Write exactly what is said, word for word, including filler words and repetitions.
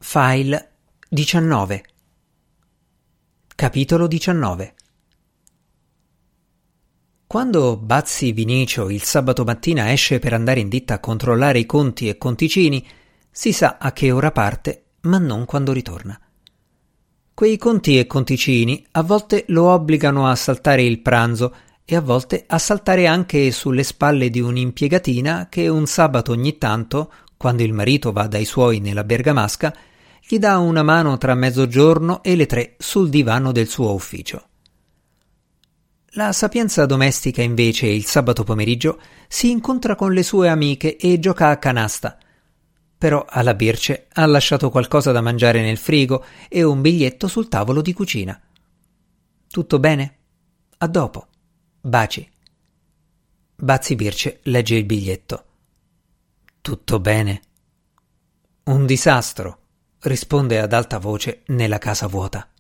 File diciannove. Capitolo diciannove. Quando Bazzi Vinicio il sabato mattina esce per andare in ditta a controllare i conti e conticini, si sa a che ora parte, ma non quando ritorna. Quei conti e conticini a volte lo obbligano a saltare il pranzo e a volte a saltare anche sulle spalle di un'impiegatina che un sabato ogni tanto, quando il marito va dai suoi nella bergamasca, gli dà una mano tra mezzogiorno e le tre sul divano del suo ufficio. La sapienza domestica invece il sabato pomeriggio si incontra con le sue amiche e gioca a canasta. Però alla Birce ha lasciato qualcosa da mangiare nel frigo e un biglietto sul tavolo di cucina. Tutto bene? A dopo. Baci. Bazzi Birce legge il biglietto. Tutto bene? Un disastro, risponde ad alta voce nella casa vuota.